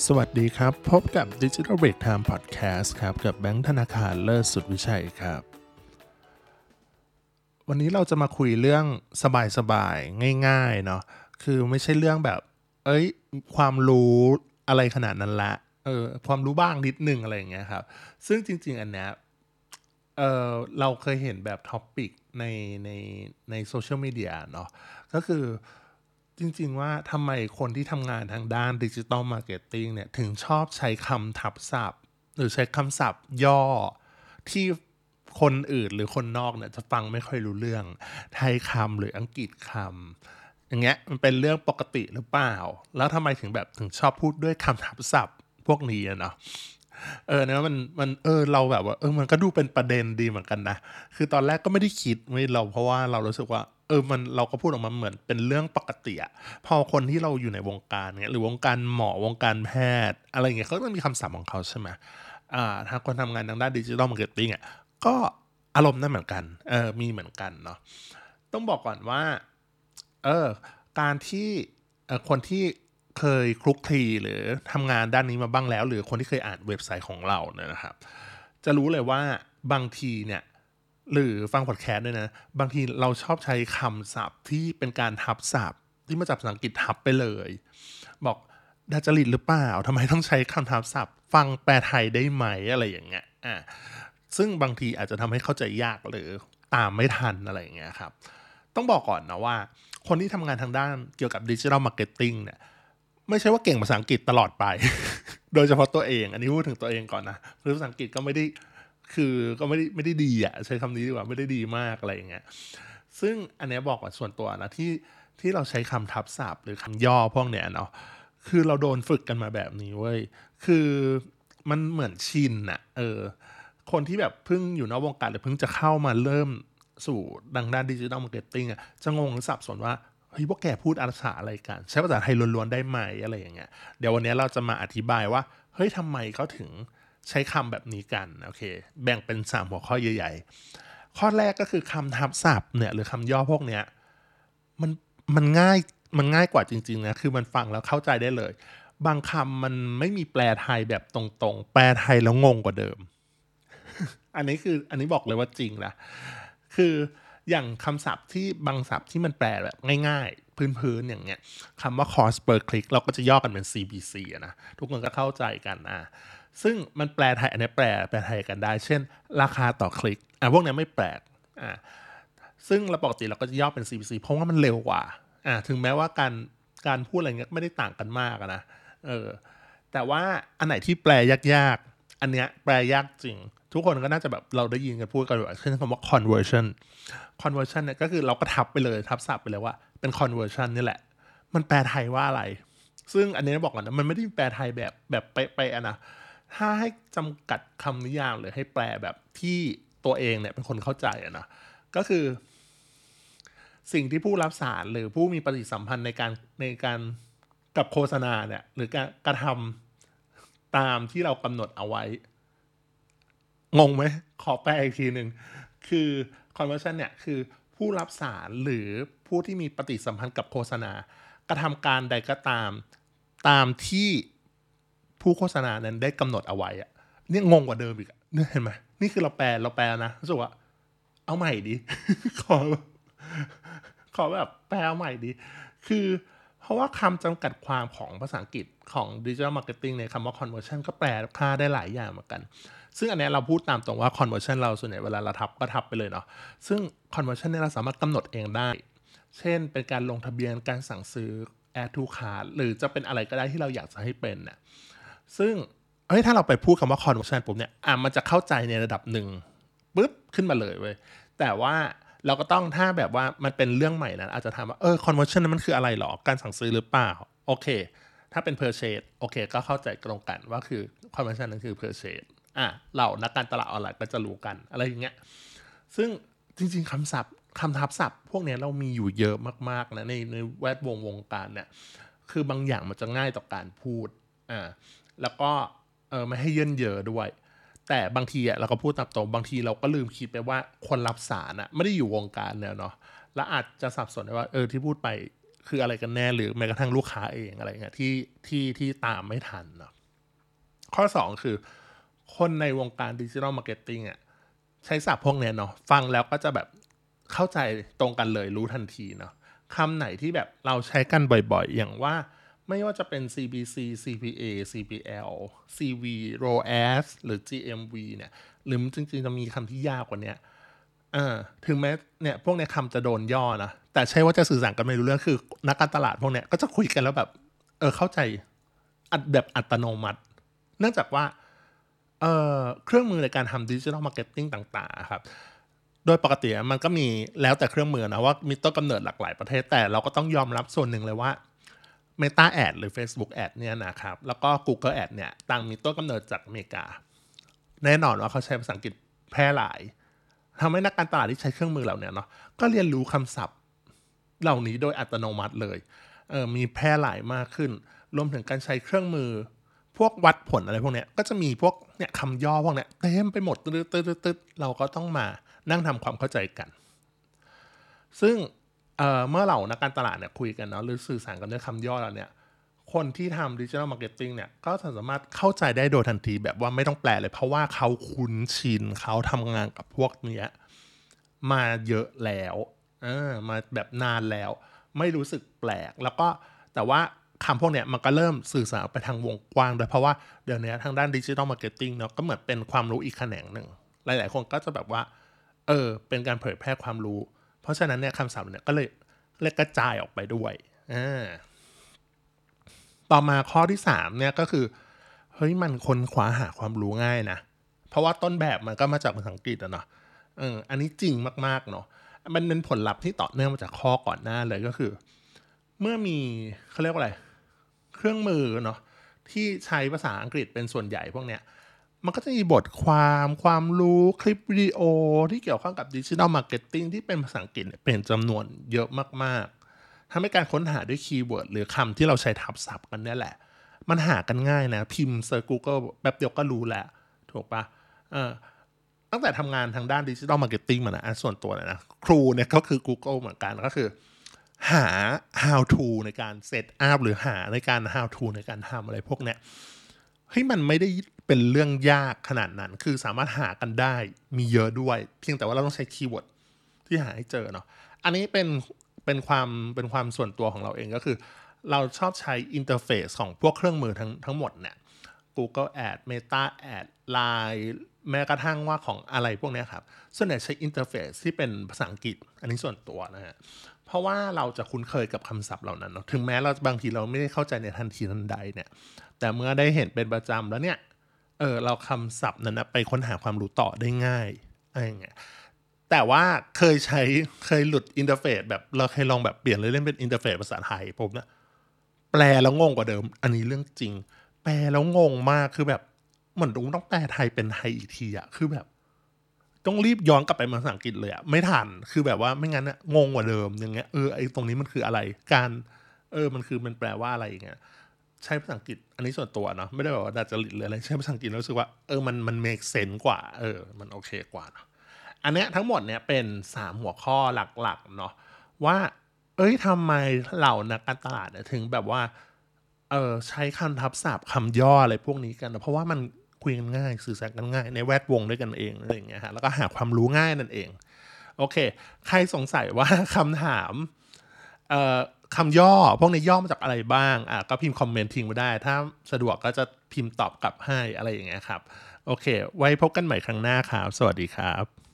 สวัสดีครับพบกับ Digital Break Time Podcast ครับกับแบงค์ธนาคารเลิศสุดวิชัยครับวันนี้เราจะมาคุยเรื่องสบายๆง่ายๆเนาะคือไม่ใช่เรื่องแบบความรู้อะไรขนาดนั้นละความรู้บ้างนิดนึงอะไรอย่างเงี้ยครับซึ่งจริงๆอันเนี้ยเราเคยเห็นแบบท็อปิกในในโซเชียลมีเดียเนาะก็คือจริงๆว่าทำไมคนที่ทำงานทางด้านดิจิ t a ลมาร์เก็ตติ้งเนี่ยถึงชอบใช้คำทับศัพท์หรือใช้คำศัพท์ย่อที่คนอื่นหรือคนนอกเนี่ยจะฟังไม่ค่อยรู้เรื่องไทยคำหรืออังกฤษคำอย่างเงี้ยมันเป็นเรื่องปกติหรือเปล่าแล้วทำไมถึงชอบพูดด้วยคำทับศัพท์พวกนี้เนาะ เนี่ยมันเราแบบว่ามันก็ดูเป็นประเด็นดีเหมือนกันนะคือตอนแรกก็ไม่ได้คิดไม่เราเพราะว่าเรารู้สึกว่ามันเราก็พูดออกมาเหมือนเป็นเรื่องปกติอะพอคนที่เราอยู่ในวงการเงี้ยหรือวงการหมอวงการแพทย์อะไรเงี้ยเขาต้องมีคำศัพท์ของเขาใช่ไหมทางคนทำงานทางด้านดิจิทัลมาร์เก็ตติ้งอะก็อารมณ์นั้นเหมือนกันมีเหมือนกันเนาะต้องบอกก่อนว่าเออการที่คนที่เคยคลุกคลีหรือทำงานด้านนี้มาบ้างแล้วหรือคนที่เคยอ่านเว็บไซต์ของเราเนี่ยนะครับจะรู้เลยว่าบางทีเนี่ยหรือฟังพอดแคสต์ด้วยนะบางทีเราชอบใช้คำศัพท์ที่เป็นการทับศัพท์ที่มาจากภาษาอังกฤษทับไปเลยบอกดัดจริตหรือเปล่าทำไมต้องใช้คำทับศัพท์ฟังแปลไทยได้ไหมอะไรอย่างเงี้ยซึ่งบางทีอาจจะทำให้เข้าใจยากหรือตามไม่ทันอะไรอย่างเงี้ยครับต้องบอกก่อนนะว่าคนที่ทำงานทางด้านเกี่ยวกับดิจิทัลมาร์เก็ตติ้งเนี่ย ไม่ใช่ว่าเก่งภาษาอังกฤษตลอดไป โดยเฉพาะตัวเอง อันนี้พูดถึงตัวเองก่อนนะคือภาษาอังกฤษก็ไม่ได้คือก็ไม่ได้ดีอะใช้คำนี้ดีกว่าไม่ได้ดีมากอะไรอย่างเงี้ยซึ่งอันนี้บอกว่าส่วนตัวนะที่เราใช้คำทับศัพท์หรือคำย่อพวกเนี้ยเนาะคือเราโดนฝึกกันมาแบบนี้เว้ยคือมันเหมือนชินอะคนที่แบบเพิ่งอยู่นอกวงการหรือเพิ่งจะเข้ามาเริ่มสู่ดังด้านดิจิทัลมาร์เก็ตติ้งอะจะงงหรือสับสนว่าเฮ้ยพวกแกพูดภาษาอะไรกันใช้ภาษาไทยล้วนๆได้ไหมอะไรอย่างเงี้ยเดี๋ยววันนี้เราจะมาอธิบายว่าเฮ้ยทำไมเขาถึงใช้คำแบบนี้กันโอเคแบ่งเป็น3หัวข้อใหญ่ๆข้อแรกก็คือคำทับศัพท์เนี่ยหรือคำย่อพวกเนี้ยมันมันง่ายมันง่ายกว่าจริงๆนะคือมันฟังแล้วเข้าใจได้เลยบางคำมันไม่มีแปลไทยแบบตรงๆแปลไทยแล้วงงกว่าเดิม อันนี้บอกเลยว่าจริงนะคืออย่างคำศัพท์ที่บางศัพท์ที่มันแปลแบบง่ายๆพื้นๆอย่างเงี้ยคำว่า cost per click เราก็จะย่อกันเป็น CPC อะนะทุกคนก็เข้าใจกันซึ่งมันแปลไทยอันนี้แปลไทยกันได้เช่นราคาต่อคลิกพวกนี้ไม่แปลกอ่าซึ่งเราปกติเราก็จะย่อเป็น CPC เพราะว่ามันเร็วกว่าถึงแม้ว่าการพูดอะไรเงี้ยไม่ได้ต่างกันมากนะเออ แต่ว่าอันไหนที่แปลยากๆอันเนี้ยแปลยากจริงทุกคนก็น่าจะแบบเราได้ยินกันพูดกันว่าเช่นคำว่า conversion เนี่ยก็คือเราก็ทับไปเลยทับศัพท์ไปเลยว่าเป็น conversion นี่แหละมันแปลไทยว่าอะไรซึ่งอันนี้บอกก่อนนะมันไม่ได้แปลไทยแบบเป๊ะๆนะถ้าให้จำกัดคำนิยามหรือให้แปลแบบที่ตัวเองเนี่ยเป็นคนเข้าใจนะก็คือสิ่งที่ผู้รับสารหรือผู้มีปฏิสัมพันธ์ในการกับโฆษณาเนี่ยหรือการกระทำ ตามที่เรากำหนดเอาไว้งงไหมขอแปลอีกทีหนึ่งคือ conversion เนี่ยคือผู้รับสารหรือผู้ที่มีปฏิสัมพันธ์กับโฆษณากระทำการใดก็ตามที่ผู้โฆษณานั้นได้กำหนดเอาไว้อะเนี่ยงงกว่าเดิมอีกเนี่ยเห็นไหมนี่คือเราแปลนะรู้สึกว่าเอาใหม่ดิขอแบบแปลเอาใหม่ดิคือเพราะว่าคำจำกัดความของภาษาอังกฤษของ Digital Marketing ในคำว่า conversion ก็แปลค่าได้หลายอย่างเหมือนกัน ซึ่งอันนี้เราพูดตามตรงว่า conversion เราส่วนใหญ่เวลาเราทับก็ทับไปเลยเนาะซึ่ง conversion เนี่ยเราสามารถกำหนดเองได้เช่นเป็นการลงทะเบียนการสั่งซื้อ add to cart หรือจะเป็นอะไรก็ได้ที่เราอยากจะให้เป็นเนี่ยซึ่งถ้าเราไปพูดคำว่า conversion ปุ๊บเนี่ยมันจะเข้าใจในระดับหนึ่งปุ๊บขึ้นมาเลยเว้ยแต่ว่าเราก็ต้องถ้าแบบว่ามันเป็นเรื่องใหม่นะอาจจะถามว่าconversion นั้นมันคืออะไรหรอการสั่งซื้อหรือเปล่าโอเคถ้าเป็น purchase โอเคก็เข้าใจตรงกันว่าคือ conversion นั้นคือ purchase เรานักการตลาดออนไลน์ก็จะรู้กันอะไรอย่างเงี้ยซึ่งจริงๆคำทับศัพท์พวกนี้เรามีอยู่เยอะมากๆนะในแวดวงการเนี่ยคือบางอย่างมันจะง่ายต่อการพูดแล้วก็ไม่ให้เยินเยอะด้วยแต่บางทีเราก็พูดตามตรงบางทีเราก็ลืมคิดไปว่าคนรับสารไม่ได้อยู่วงการเนี่ยเนาะแล้วอาจจะสับสนได้ว่าที่พูดไปคืออะไรกันแน่หรือแม้กระทั่งลูกค้าเองอะไรเงี้ยที่ตามไม่ทันเนาะข้อ2คือคนในวงการดิจิทัลมาร์เก็ตติ้งอ่ะใช้ศัพท์พวกเนี้ยเนาะฟังแล้วก็จะแบบเข้าใจตรงกันเลยรู้ทันทีเนาะคำไหนที่แบบเราใช้กันบ่อยๆอย่างว่าไม่ว่าจะเป็น CBC CPA CPL CV ROAS หรือ GMV เนี่ยหรือจริงๆจะมีคำที่ยากกว่านี้ถึงแม้เนี่ยพวกเนี้ยคำจะโดนย่อนะแต่ใช่ว่าจะสื่อสารกันไม่รู้เรื่องคือนักการตลาดพวกเนี้ยก็จะคุยกันแล้วแบบเข้าใจแบบอัตโนมัติเนื่องจากว่าเครื่องมือในการทำดิจิทัลมาร์เก็ตติ้งต่างๆครับโดยปกติมันก็มีแล้วแต่เครื่องมือนะว่ามีต้นกำเนิดหลากหลายประเทศแต่เราก็ต้องยอมรับส่วนหนึ่งเลยว่า Meta Ad หรือ Facebook Ad เนี่ยนะครับแล้วก็ Google Ad เนี่ยต่างมีต้นกำเนิดจากอเมริกาแน่นอนว่าเขาใช้ภาษาอังกฤษแพร่หลายทำให้นักการตลาดที่ใช้เครื่องมือเหล่านี้เนาะก็เรียนรู้คำศัพท์เหล่านี้โดยอัตโนมัติเลยมีแพร่หลายมากขึ้นรวมถึงการใช้เครื่องมือพวกวัดผลอะไรพวกเนี้ยก็จะมีพวกเนี่ยคำย่อพวกเนี้ยเต็มไปหมดตึ๊ดเราก็ต้องมานั่งทำความเข้าใจกันซึ่งเมื่อเหล่านักการตลาดเนี่ยคุยกันเนาะหรือสื่อสารกันด้วยคำย่อแล้วเนี่ยคนที่ทำดิจิทัลมาร์เก็ตติ้งเนี่ยก็สามารถเข้าใจได้โดยทันทีแบบว่าไม่ต้องแปลเลยเพราะว่าเขาคุ้นชินเขาทำงานกับพวกเนี้ยมาเยอะแล้วมาแบบนานแล้วไม่รู้สึกแปลกแล้วก็แต่ว่าคำพวกเนี้ยมันก็เริ่มสื่อสารไปทางวงกว้างโดยเพราะว่าเดี๋ยวนี้ทางด้านดิจิทัลมาร์เก็ตติ้งเนาะก็เหมือนเป็นความรู้อีกแขนงหนึ่งหลายๆคนก็จะแบบว่าเป็นการเผยแพร่ความรู้เพราะฉะนั้นเนี่ยคำศัพท์เนี่ยก็เลยกระจายออกไปด้วยต่อมาข้อที่3เนี่ยก็คือเฮ้ยมันค้นคว้าหาความรู้ง่ายนะเพราะว่าต้นแบบมันก็มาจากภาษาอังกฤษอะเนาะอันนี้จริงมากๆเนาะมันเป็นผลลัพธ์ที่ต่อเนื่องมาจากข้อก่อนหน้าเลยก็คือเมื่อมีเขาเรียกว่าอะไรเครื่องมือเนาะที่ใช้ภาษาอังกฤษเป็นส่วนใหญ่พวกเนี้ยมันก็จะมีบทความรู้คลิปวิดีโอที่เกี่ยวข้องกับดิจิทัลมาร์เก็ตติ้งที่เป็นภาษาอังกฤษเป็นจำนวนเยอะมากๆทำให้การค้นหาด้วยคีย์เวิร์ดหรือคำที่เราใช้ทับศัพท์กันนี่แหละมันหากันง่ายนะพิมพ์เซิร์ช Google แป๊บเดียวก็รู้แหละถูกปะตั้งแต่ทำงานทางด้านดิจิทัลมาร์เก็ตติ้งมานะส่วนตัวนะครูเนี่ยก็คือ Google เหมือนกันก็คือหา how to ในการเซตอัพหรือหาในการ how to ในการทำอะไรพวกเนี้ยเฮ้ยมันไม่ได้เป็นเรื่องยากขนาดนั้นคือสามารถหากันได้มีเยอะด้วยเพียงแต่ว่าเราต้องใช้คีย์เวิร์ดที่หาให้เจอเนาะอันนี้เป็นความส่วนตัวของเราเองก็คือเราชอบใช้อินเทอร์เฟซของพวกเครื่องมือทั้งหมดเนี่ย Google Ad Meta Ad Line แม้กระทั่งว่าของอะไรพวกนี้ครับส่วนใหญ่ใช้อินเทอร์เฟซที่เป็นภาษาอังกฤษอันนี้ส่วนตัวนะฮะเพราะว่าเราจะคุ้นเคยกับคำศัพท์เหล่านั้นเนาะถึงแม้เราบางทีเราไม่ได้เข้าใจในทันทีทันใดเนี่ยแต่เมื่อได้เห็นเป็นประจำแล้วเนี่ยเราคำศัพท์นั้นนะไปค้นหาความรู้ต่อได้ง่ายอะไรอย่างเงี้ยแต่ว่าเคยหลุดอินเทอร์เฟซแบบเราเคยลองแบบเปลี่ยนเลยเล่นเป็นอินเทอร์เฟซภาษาไทยผมนะแปลแล้วงงกว่าเดิมอันนี้เรื่องจริงแปลแล้วงงมากคือแบบเหมือนต้องแปลไทยเป็นไทยอีกทีอะคือแบบต้องรีบย้อนกลับไปภาษาอังกฤษเลยอะไม่ทันคือแบบว่าไม่งั้นอะงงกว่าเดิมอย่างเงี้ยไอ้ตรงนี้มันคืออะไรการมันแปลว่าอะไรอย่างเงี้ยใช้ภาษาอังกฤษอันนี้ส่วนตัวเนาะไม่ได้แบบว่าดัดจริตเลยอะไรใช้ภาษาอังกฤษแล้วรู้สึกว่ามัน make sense กว่ามันโอเคกว่าเนาะอันเนี้ยทั้งหมดเนี่ยเป็น3หัวข้อหลักๆเนาะว่าทำไมเหล่านักการตลาดเนี่ยถึงแบบว่าใช้คำทับศัพท์คำย่ออะไรพวกนี้กันนะเพราะว่ามันคุยกันง่ายสื่อสารกันง่ายในแวดวงด้วยกันเองอะไรอย่างเงี้ยฮะแล้วก็หาความรู้ง่ายนั่นเองโอเคใครสงสัยว่าคำถามคำย่อพวกนี้ย่อมาจากอะไรบ้างก็พิมพ์คอมเมนต์ทิ้งไว้ได้ถ้าสะดวกก็จะพิมพ์ตอบกลับให้อะไรอย่างเงี้ยครับโอเคไว้พบกันใหม่ครั้งหน้าครับสวัสดีครับ